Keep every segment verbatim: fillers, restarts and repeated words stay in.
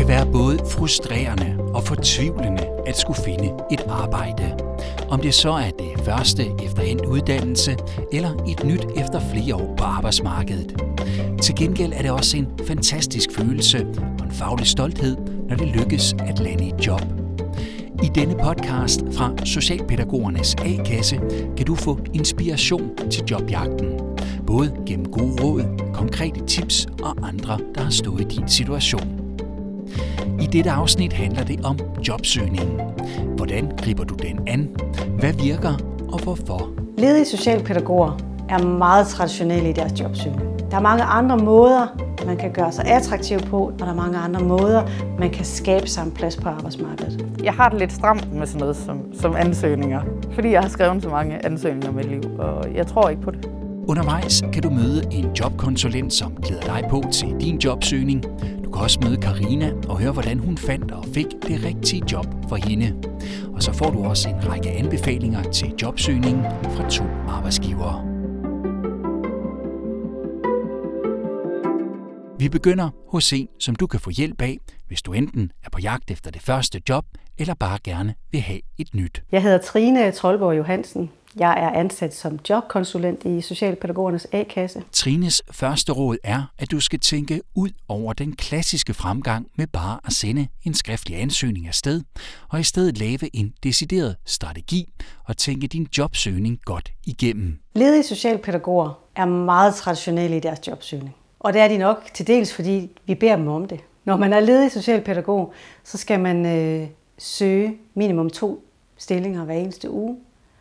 kan være både frustrerende og fortvivlende at skulle finde et arbejde. Om det så er det første efter endt uddannelse, eller et nyt efter flere år på arbejdsmarkedet. Til gengæld er det også en fantastisk følelse og en faglig stolthed, når det lykkes at lande et job. I denne podcast fra Socialpædagogernes A-kasse kan du få inspiration til jobjagten. Både gennem gode råd, konkrete tips og andre, der har stået i din situation. I dette afsnit handler det om jobsøgningen. Hvordan griber du den an? Hvad virker og hvorfor? Ledige socialpædagoger er meget traditionelle i deres jobsøgning. Der er mange andre måder, man kan gøre sig attraktiv på, og der er mange andre måder, man kan skabe sig en plads på arbejdsmarkedet. Jeg har det lidt stramt med sådan noget som, som ansøgninger, fordi jeg har skrevet så mange ansøgninger med liv, og jeg tror ikke på det. Undervejs kan du møde en jobkonsulent, som klæder dig på til din jobsøgning. Du kan også møde Karina og høre, hvordan hun fandt og fik det rigtige job for hende. Og så får du også en række anbefalinger til jobsøgningen fra to arbejdsgivere. Vi begynder hos en, som du kan få hjælp af, hvis du enten er på jagt efter det første job, eller bare gerne vil have et nyt. Jeg hedder Trine Troldborg Johansen. Jeg er ansat som jobkonsulent i Socialpædagogernes A-kasse. Trines første råd er, at du skal tænke ud over den klassiske fremgang med bare at sende en skriftlig ansøgning afsted, og i stedet lave en decideret strategi og tænke din jobsøgning godt igennem. Ledige socialpædagoger er meget traditionelle i deres jobsøgning. Og det er de nok til dels, fordi vi beder dem om det. Når man er ledig socialpædagog, så skal man øh, søge minimum to stillinger hver eneste uge.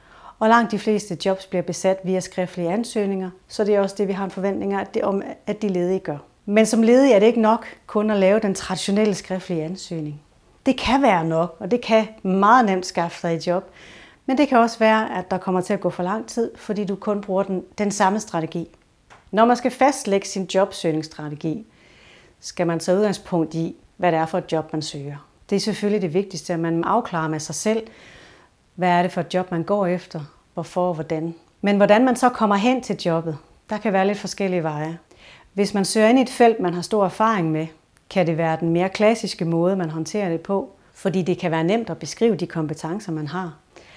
Og langt de fleste jobs bliver besat via skriftlige ansøgninger, så det er også det, vi har en forventning om, at de ledige gør. Men som ledig er det ikke nok kun at lave den traditionelle skriftlige ansøgning. Det kan være nok, og det kan meget nemt skaffe dig et job. Men det kan også være, at der kommer til at gå for lang tid, fordi du kun bruger den, den samme strategi. Når man skal fastlægge sin jobsøgningsstrategi, skal man tage udgangspunkt i, hvad det er for et job, man søger. Det er selvfølgelig det vigtigste, at man afklarer med sig selv, hvad er det for et job, man går efter, hvorfor og hvordan. Men hvordan man så kommer hen til jobbet, der kan være lidt forskellige veje. Hvis man søger ind i et felt, man har stor erfaring med, kan det være den mere klassiske måde, man håndterer det på, fordi det kan være nemt at beskrive de kompetencer, man har.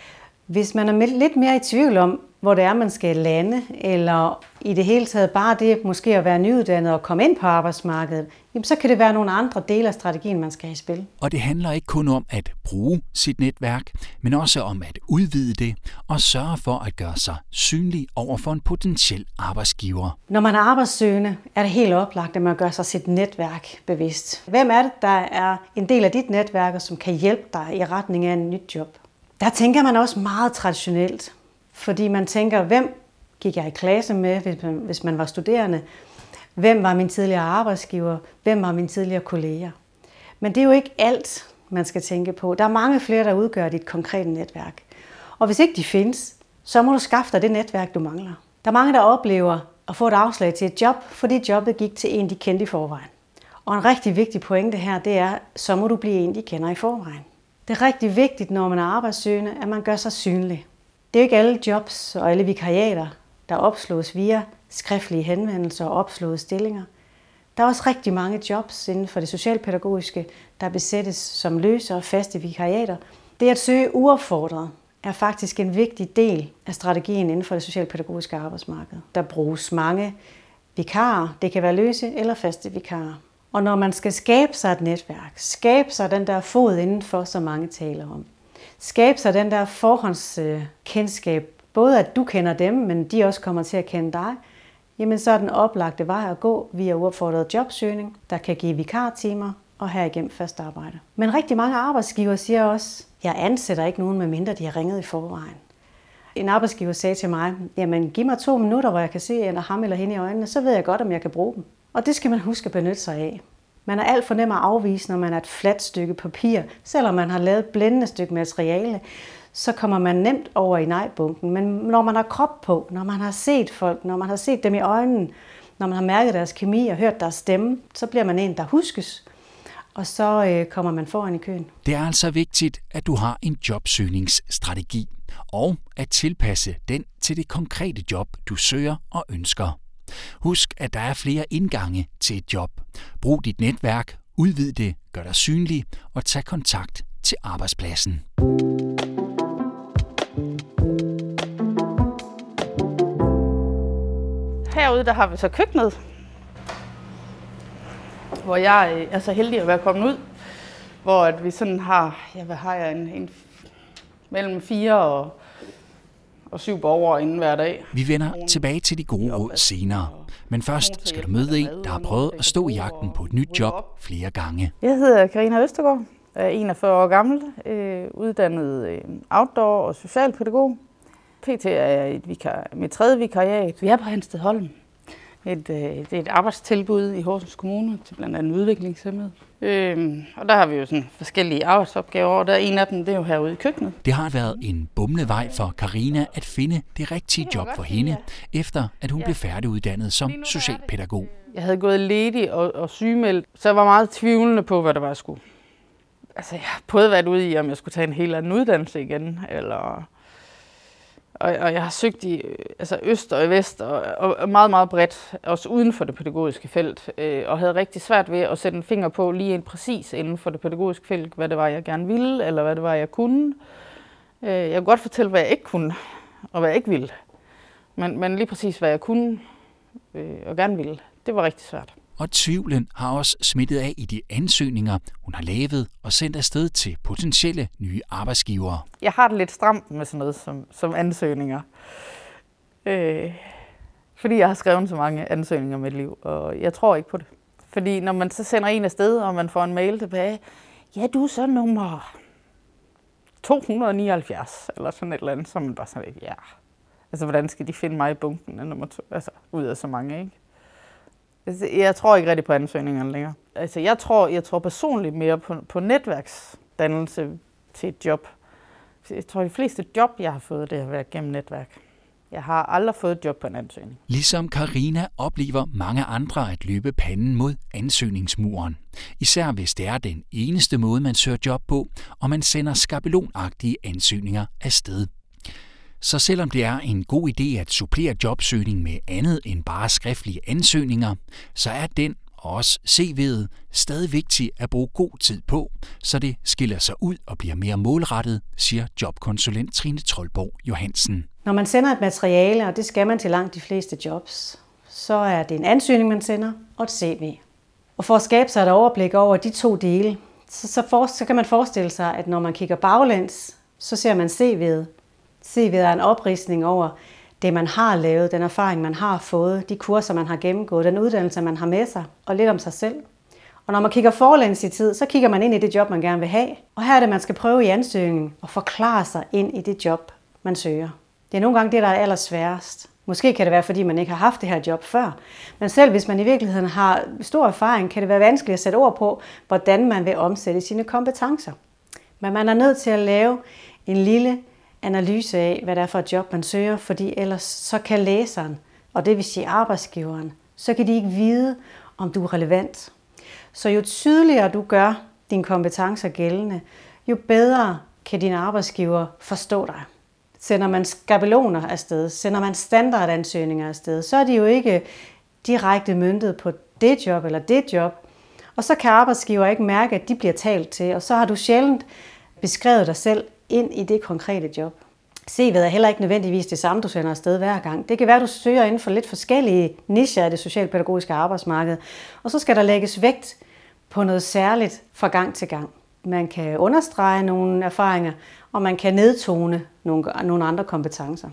Hvis man er lidt mere i tvivl om, hvor det er, man skal lande, eller i det hele taget bare det måske at være nyuddannet og komme ind på arbejdsmarkedet, jamen så kan det være nogle andre dele af strategien, man skal have i spil. Og det handler ikke kun om at bruge sit netværk, men også om at udvide det og sørge for at gøre sig synlig over for en potentiel arbejdsgiver. Når man er arbejdssøgende, er det helt oplagt, at man gør sig sit netværk bevidst. Hvem er det, der er en del af dit netværk, som kan hjælpe dig i retning af en nyt job? Der tænker man også meget traditionelt. Fordi man tænker, hvem gik jeg i klasse med, hvis man, hvis man var studerende? Hvem var min tidligere arbejdsgiver? Hvem var mine tidligere kolleger? Men det er jo ikke alt, man skal tænke på. Der er mange flere, der udgør dit konkrete netværk. Og hvis ikke de findes, så må du skaffe dig det netværk, du mangler. Der er mange, der oplever at få et afslag til et job, fordi jobbet gik til en, de kendte i forvejen. Og en rigtig vigtig pointe her, det er, så må du blive en, de kender i forvejen. Det er rigtig vigtigt, når man er arbejdssøgende, at man gør sig synlig. Det er jo ikke alle jobs og alle vikariater, der opslås via skriftlige henvendelser og opslåede stillinger. Der er også rigtig mange jobs inden for det socialpædagogiske, der besættes som løse og faste vikariater. Det at søge uopfordret er faktisk en vigtig del af strategien inden for det socialpædagogiske arbejdsmarked. Der bruges mange vikarer, det kan være løse eller faste vikarer. Og når man skal skabe sig et netværk, skabe sig den der fod indenfor, som mange taler om, skabe sig den der forhåndskendskab, både at du kender dem, men de også kommer til at kende dig, jamen så er den oplagte vej at gå via uopfordret jobsøgning, der kan give vikartimer og herigennem fast arbejde. Men rigtig mange arbejdsgivere siger også, jeg ansætter ikke nogen, medmindre de har ringet i forvejen. En arbejdsgiver sagde til mig, jamen giv mig to minutter, hvor jeg kan se eller ham eller hende i øjnene, så ved jeg godt, om jeg kan bruge dem. Og det skal man huske at benytte sig af. Man er alt for nem at afvise, når man er et fladt stykke papir. Selvom man har lavet et blændende stykke materiale, så kommer man nemt over i nej-bunken. Men når man har krop på, når man har set folk, når man har set dem i øjnene, når man har mærket deres kemi og hørt deres stemme, så bliver man en, der huskes. Og så øh, kommer man foran i køen. Det er altså vigtigt, at du har en jobsøgningsstrategi, og at tilpasse den til det konkrete job, du søger og ønsker. Husk, at der er flere indgange til et job. Brug dit netværk, udvid det, gør dig synlig og tag kontakt til arbejdspladsen. Herude der har vi så køkkenet, hvor jeg er så heldig at være kommet ud, hvor at vi sådan har, ja, hvad har jeg, en, en mellem fire og, og syv borgere inden hver dag. Vi vender tilbage til de gode råd senere, men først skal du møde en, der har prøvet at stå i jagten på et nyt job flere gange. Jeg hedder Karina Østergaard, er enogfyrre år gammel, øh, uddannet øh, outdoor- og socialpædagog. P T er jeg et vikar, mit tredje vikariat. Vi er på Hanstedholm. Et, øh, det er et arbejdstilbud i Horsens Kommune til blandt andet udviklingshæmmede. Øhm, og der har vi jo sådan forskellige arbejdsopgaver, og der er en af dem, det er jo herude i køkkenet. Det har været en bumlende vej for Karina at finde det rigtige job for hende, efter at hun blev færdiguddannet som socialpædagog. Jeg havde gået ledig og, og sygemeldt, så jeg var meget tvivlende på, hvad der var, jeg skulle. Altså, jeg har både været ude i, om jeg skulle tage en helt anden uddannelse igen, eller... Og, og jeg har søgt i altså øst og i vest, og, og meget, meget bredt, også uden for det pædagogiske felt, øh, og havde rigtig svært ved at sætte en finger på lige en præcis inden for det pædagogiske felt, hvad det var, jeg gerne ville, eller hvad det var, jeg kunne. Øh, jeg kan godt fortælle, hvad jeg ikke kunne, og hvad jeg ikke ville. Men, men lige præcis, hvad jeg kunne øh, og gerne ville, det var rigtig svært. Og tvivlen har også smittet af i de ansøgninger, hun har lavet og sendt afsted til potentielle nye arbejdsgivere. Jeg har det lidt stramt med sådan noget som, som ansøgninger. Øh, fordi jeg har skrevet så mange ansøgninger med mit liv, og jeg tror ikke på det. Fordi når man så sender en afsted, og man får en mail tilbage, ja, du er så nummer to hundrede og nioghalvfjerds, eller sådan et eller andet, så man bare sådan lidt, ja. Altså, hvordan skal de finde mig i bunken af nummer to? Altså, ud af så mange, ikke? Jeg tror ikke rigtig på ansøgningerne længere. Altså, jeg tror, jeg tror personligt mere på, på netværksdannelse til et job. Jeg tror, de fleste job, jeg har fået, det har været gennem netværk. Jeg har aldrig fået et job på en ansøgning. Ligesom Karina oplever mange andre at løbe panden mod ansøgningsmuren. Især hvis det er den eneste måde, man søger job på, og man sender skabelonagtige ansøgninger afsted. Så selvom det er en god idé at supplere jobsøgning med andet end bare skriftlige ansøgninger, så er den, og også C V'et, stadig vigtigt at bruge god tid på, så det skiller sig ud og bliver mere målrettet, siger jobkonsulent Trine Troldborg Johansen. Når man sender et materiale, og det skal man til langt de fleste jobs, så er det en ansøgning, man sender, og et C V. Og for at skabe sig et overblik over de to dele, så, så, for, så kan man forestille sig, at når man kigger baglæns, så ser man C V'et. C V'et er en opridsning over det, man har lavet, den erfaring, man har fået, de kurser, man har gennemgået, den uddannelse, man har med sig, og lidt om sig selv. Og når man kigger forlæns i tid, så kigger man ind i det job, man gerne vil have. Og her er det, man skal prøve i ansøgningen at forklare sig ind i det job, man søger. Det er nogle gange det, der er allersværest. Måske kan det være, fordi man ikke har haft det her job før. Men selv hvis man i virkeligheden har stor erfaring, kan det være vanskeligt at sætte ord på, hvordan man vil omsætte sine kompetencer. Men man er nødt til at lave en lille analyse af, hvad det er for et job, man søger, fordi ellers så kan læseren, og det vil sige arbejdsgiveren, så kan de ikke vide, om du er relevant. Så jo tydeligere du gør dine kompetencer gældende, jo bedre kan din arbejdsgiver forstå dig. Sender man skabeloner afsted, sender man standardansøgninger afsted, så er de jo ikke direkte møntet på det job eller det job. Og så kan arbejdsgiver ikke mærke, at de bliver talt til, og så har du sjældent beskrevet dig selv ind i det konkrete job. C V'et er heller ikke nødvendigvis det samme, du sender afsted hver gang. Det kan være, at du søger inden for lidt forskellige nicher af det socialpædagogiske arbejdsmarked, og så skal der lægges vægt på noget særligt fra gang til gang. Man kan understrege nogle erfaringer, og man kan nedtone nogle, nogle andre kompetencer.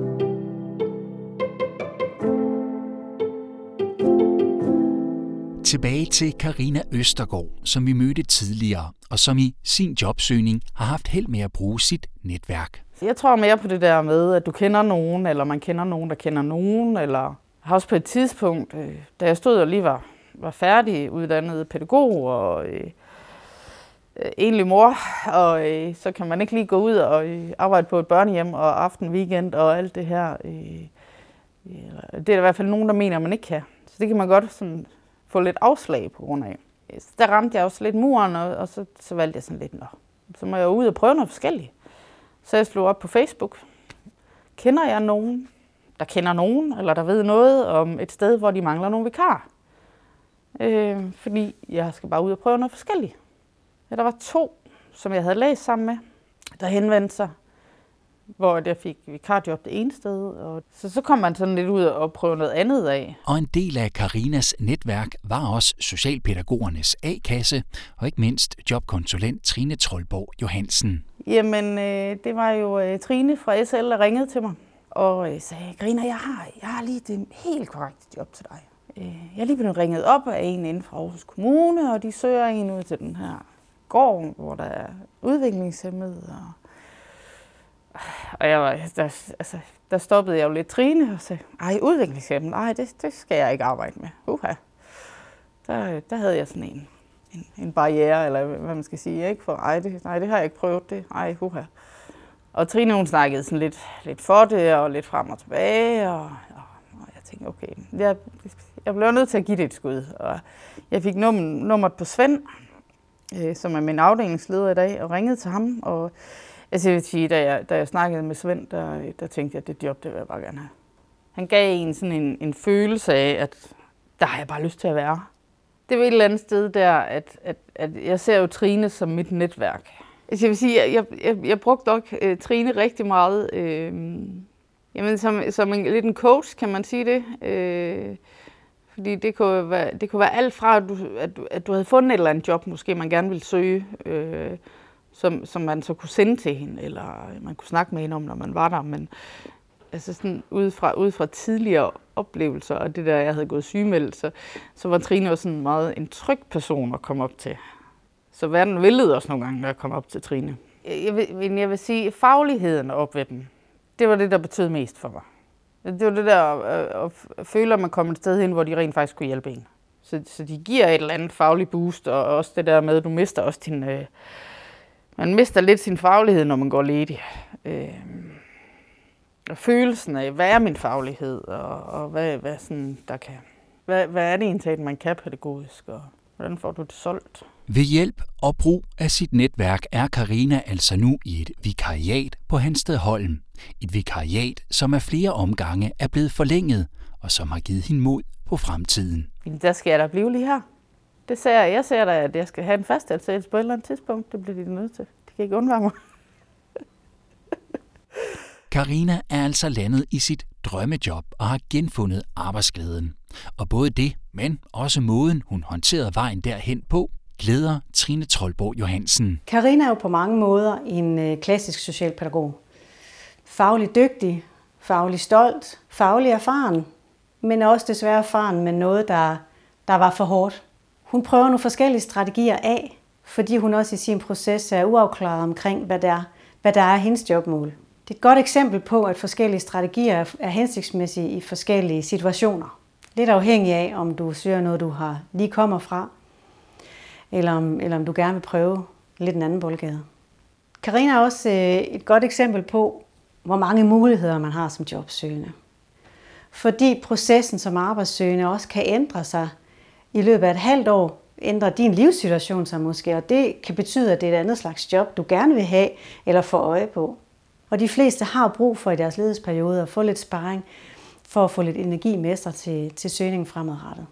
Tilbage til Karina Østergaard, som vi mødte tidligere, og som i sin jobsøgning har haft held med at bruge sit netværk. Jeg tror mere på det der med, at du kender nogen, eller man kender nogen, der kender nogen, eller jeg har også på et tidspunkt, da jeg stod og lige var, var færdig uddannet pædagog og øh, enlig mor, og øh, så kan man ikke lige gå ud og øh, arbejde på et børnehjem og aften, weekend og alt det her. Øh, øh, det er der i hvert fald nogen, der mener, at man ikke kan. Så det kan man godt sådan få lidt afslag på grund af. Så der ramte jeg også lidt muren, og, og så, så valgte jeg sådan lidt, nå, så må jeg ud og prøve noget forskelligt. Så jeg slog op på Facebook. Kender jeg nogen, der kender nogen, eller der ved noget om et sted, hvor de mangler nogle vikarer? Øh, fordi jeg skal bare ud og prøve noget forskelligt. Ja, der var to, som jeg havde læst sammen med, der henvendte sig, hvor jeg fik vikarjob det ene sted. Og så, så kom man sådan lidt ud og prøve noget andet af. Og en del af Karinas netværk var også socialpædagogernes A-kasse, og ikke mindst jobkonsulent Trine Troldborg Johansen. Jamen, øh, det var jo øh, Trine fra S L, der ringede til mig og øh, sagde, Karina, jeg har, jeg har lige det helt korrekte job til dig. Øh, jeg er lige blevet ringet op af en inden fra Aarhus Kommune, og de søger en ud til den her gård, hvor der er udviklingshæmmede. Og, og jeg var, der, altså, der stoppede jeg jo lidt Trine og sagde, ej, udviklingshæmmede, nej, det, det skal jeg ikke arbejde med. Uha. Der, der havde jeg sådan en, en, en barriere, eller hvad man skal sige, ikke? For ej det, nej, det har jeg ikke prøvet, det. Ej, uha. Og Trine, hun snakkede sådan lidt, lidt for det, og lidt frem og tilbage, og, og, og jeg tænkte, okay, jeg, jeg blev nødt til at give det et skud. Og jeg fik num, nummeret på Svend, øh, som er min afdelingsleder i dag, og ringede til ham. Og altså, jeg vil sige, da jeg, da jeg snakkede med Svend, der, der tænkte jeg, at det job, det vil jeg bare gerne have. Han gav en sådan en, en følelse af, at der har jeg bare lyst til at være. Det var et eller andet sted der, at, at, at jeg ser jo Trine som mit netværk. Altså, jeg vil sige, jeg, jeg, jeg brugte nok uh, Trine rigtig meget, øh, jamen, som, som en, lidt en coach, kan man sige det. Øh, fordi det kunne, være, det kunne være alt fra, at du, at, du, at du havde fundet et eller andet job, måske man gerne ville søge, øh, som, som man så kunne sende til hende, eller man kunne snakke med hende om, når man var der. Men altså sådan ud fra, ud fra tidligere oplevelser, og det der, jeg havde gået sygemeldt, så, så var Trine også sådan meget en tryg person at komme op til. Så verden væltede også nogle gange, når jeg kom op til Trine. Jeg vil, jeg vil sige, fagligheden op ved dem, det var det, der betød mest for mig. Det var det der at, at føle, at man kom et sted hen, hvor de rent faktisk kunne hjælpe en. Så, så de giver et eller andet fagligt boost, og også det der med, at du mister også din... Øh, man mister lidt sin faglighed, når man går ledig. Øh, og følelsen af, hvad er min faglighed, og, og hvad, hvad, sådan, der kan, hvad, hvad er det egentlig, man kan pædagogisk, og hvordan får du det solgt? Ved hjælp og brug af sit netværk er Karina altså nu i et vikariat på Hanstedholm. Et vikariat, som af flere omgange er blevet forlænget, og som har givet hende mod på fremtiden. Der skal jeg da blive lige her. Det ser jeg. Jeg ser da, at jeg skal have en fastansættelse på et eller andet tidspunkt. Det bliver de nødt til. Det kan ikke undvære mig. Karina er altså landet i sit drømmejob og har genfundet arbejdsglæden. Og både det, men også måden, hun håndterede vejen derhen på, glæder Trine Troldborg Johansen. Karina er jo på mange måder en klassisk socialpædagog. Faglig dygtig, faglig stolt, faglig erfaren, men også desværre erfaren med noget, der, der var for hårdt. Hun prøver nogle forskellige strategier af, fordi hun også i sin proces er uafklaret omkring, hvad der, hvad der er hendes jobmål. Det er et godt eksempel på, at forskellige strategier er hensigtsmæssige i forskellige situationer. Lidt afhængig af, om du søger noget, du har lige kommer fra, eller om, eller om du gerne vil prøve lidt en anden boldgade. Karina er også et godt eksempel på, hvor mange muligheder man har som jobsøgende. Fordi processen som arbejdssøgende også kan ændre sig i løbet af et halvt år, ændrer din livssituation sig måske, og det kan betyde, at det er et andet slags job, du gerne vil have eller få øje på. Og de fleste har brug for i deres ledighedsperiode at få lidt sparring, for at få lidt energi med sig til, til søgningen fremadrettet.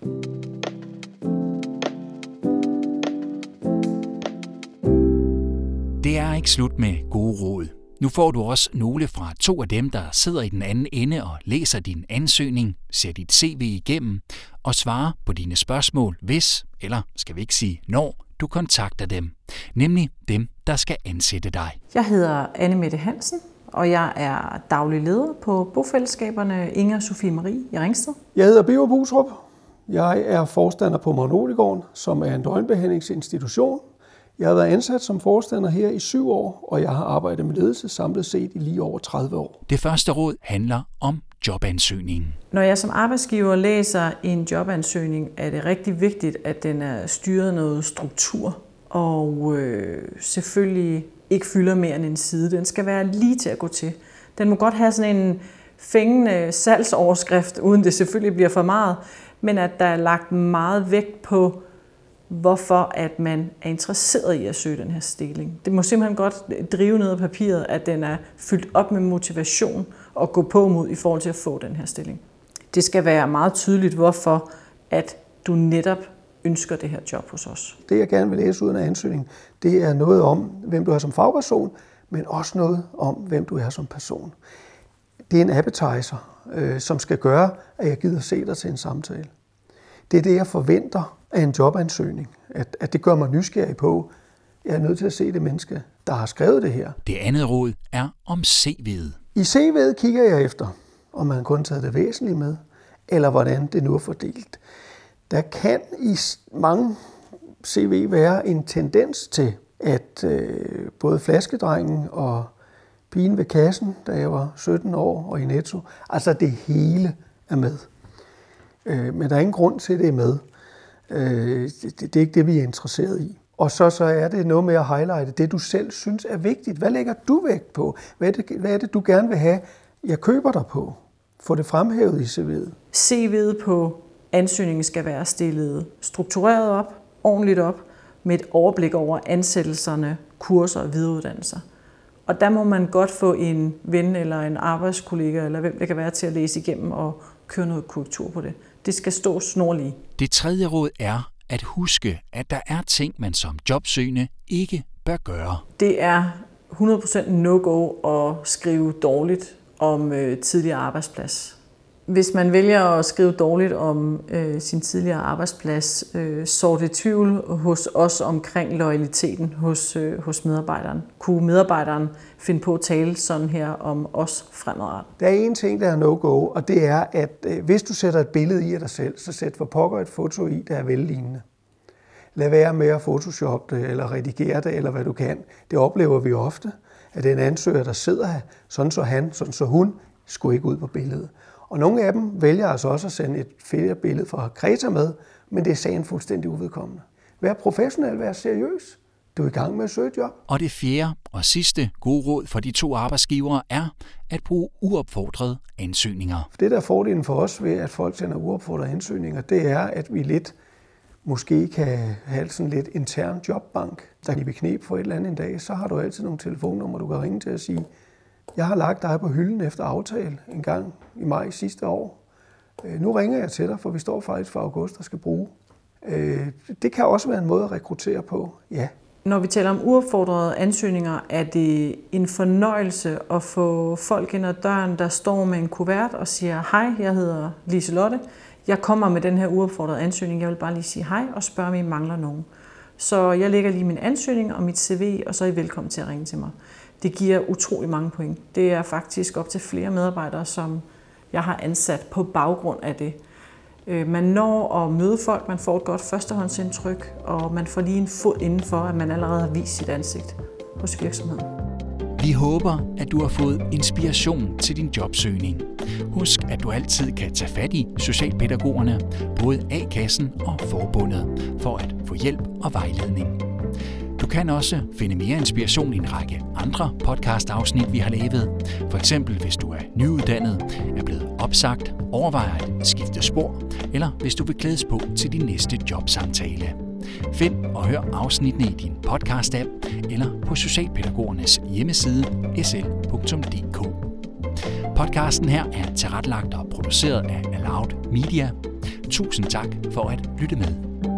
Det er ikke slut med gode råd. Nu får du også nogle fra to af dem, der sidder i den anden ende og læser din ansøgning, ser dit C V igennem og svarer på dine spørgsmål, hvis, eller skal vi ikke sige når, du kontakter dem. Nemlig dem, der skal ansætte dig. Jeg hedder Anne-Mette Hansen, og jeg er daglig leder på bofællesskaberne Inger Sofie Marie i Ringsted. Jeg hedder Biver Busrup. Jeg er forstander på Magnoligården, som er en døgnbehandlingsinstitution. Jeg har været ansat som forstander her i syv år, og jeg har arbejdet med ledelse samlet set i lige over tredive år. Det første råd handler om jobansøgningen. Når jeg som arbejdsgiver læser en jobansøgning, er det rigtig vigtigt, at den er styret noget struktur, og øh, selvfølgelig ikke fylder mere end en side. Den skal være lige til at gå til. Den må godt have sådan en fængende salgsoverskrift, uden det selvfølgelig bliver for meget, men at der er lagt meget vægt på, hvorfor at man er interesseret i at søge den her stilling. Det må simpelthen godt drive ned af papiret, at den er fyldt op med motivation og gå på mod i forhold til at få den her stilling. Det skal være meget tydeligt, hvorfor at du netop ønsker det her job hos os. Det, jeg gerne vil læse ud af ansøgningen, det er noget om, hvem du er som fagperson, men også noget om, hvem du er som person. Det er en appetizer, øh, som skal gøre, at jeg gider se dig til en samtale. Det er det, jeg forventer af en jobansøgning. At, at det gør mig nysgerrig på, jeg er nødt til at se det menneske, der har skrevet det her. Det andet råd er om C V'et. I C V'et kigger jeg efter, om man kun taget det væsentlige med, eller hvordan det nu er fordelt. Der kan i mange C V være en tendens til, at øh, både flaskedrengen og pigen ved kassen, da jeg var sytten år og i Netto, altså det hele er med. Øh, men der er ingen grund til, at det er med. Øh, det, det er ikke det, vi er interesseret i. Og så, så er det noget med at highlighte det, du selv synes er vigtigt. Hvad lægger du vægt på? Hvad er det, hvad er det du gerne vil have, jeg køber dig på? Få det fremhævet i C V'et. C V'et på ansøgningen skal være stillet struktureret op, ordentligt op, med et overblik over ansættelserne, kurser og videreuddannelser. Og der må man godt få en ven eller en arbejdskollega, eller hvem det kan være, til at læse igennem og køre noget korrektur på det. Det skal stå snorlige. Det tredje råd er at huske, at der er ting, man som jobsøgende ikke bør gøre. Det er hundrede procent no-go at skrive dårligt om øh, tidligere arbejdsplads. Hvis man vælger at skrive dårligt om øh, sin tidligere arbejdsplads, øh, så det tvivl hos os omkring loyaliteten hos, øh, hos medarbejderen. Kunne medarbejderen finde på at tale sådan her om os fremadrettet? Der er en ting, der er no-go, og det er, at øh, hvis du sætter et billede i af dig selv, så sæt for pokker et foto i, der er vellignende. Lad være med at photoshoppe det, eller redigere det, eller hvad du kan. Det oplever vi ofte, at den ansøger, der sidder her, sådan så han, sådan så hun, skulle ikke ud på billedet. Og nogle af dem vælger altså også at sende et feriebillede fra Kreta med, men det er sagen fuldstændig uvedkommende. Vær professionel, vær seriøs. Du er i gang med at søge et job. Og det fjerde og sidste gode råd for de to arbejdsgivere er at bruge uopfordrede ansøgninger. Det, der er fordelen for os ved, at folk sender uopfordrede ansøgninger, det er, at vi lidt måske kan have sådan lidt intern jobbank, der kan beknep for et eller andet en dag. Så har du altid nogle telefonnumre, du kan ringe til at sige, jeg har lagt dig på hylden efter aftale en gang i maj sidste år. Nu ringer jeg til dig, for vi står faktisk for august og skal bruge. Det kan også være en måde at rekruttere på, ja. Når vi taler om uopfordrede ansøgninger, er det en fornøjelse at få folk ind ad døren, der står med en kuvert og siger, hej, jeg hedder Liselotte. Jeg kommer med den her uopfordrede ansøgning. Jeg vil bare lige sige hej og spørge, om I mangler nogen. Så jeg lægger lige min ansøgning og mit C V, og så er I velkommen til at ringe til mig. Det giver utrolig mange point. Det er faktisk op til flere medarbejdere, som jeg har ansat på baggrund af det. Man når at møde folk, man får et godt førstehåndsindtryk, og man får lige en fod indenfor, at man allerede har vist sit ansigt hos virksomheden. Vi håber, at du har fået inspiration til din jobsøgning. Husk, at du altid kan tage fat i socialpædagogerne, både A-kassen og forbundet, for at få hjælp og vejledning. Du kan også finde mere inspiration i en række andre podcast-afsnit, vi har lavet. For eksempel, hvis du er nyuddannet, er blevet opsagt, overvejer at skifte spor, eller hvis du vil glædes på til din næste jobsamtale. Find og hør afsnittene i din podcast-app eller på Socialpædagogernes hjemmeside s l punktum d k. Podcasten her er tilrettelagt og produceret af Aloud Media. Tusind tak for at lytte med.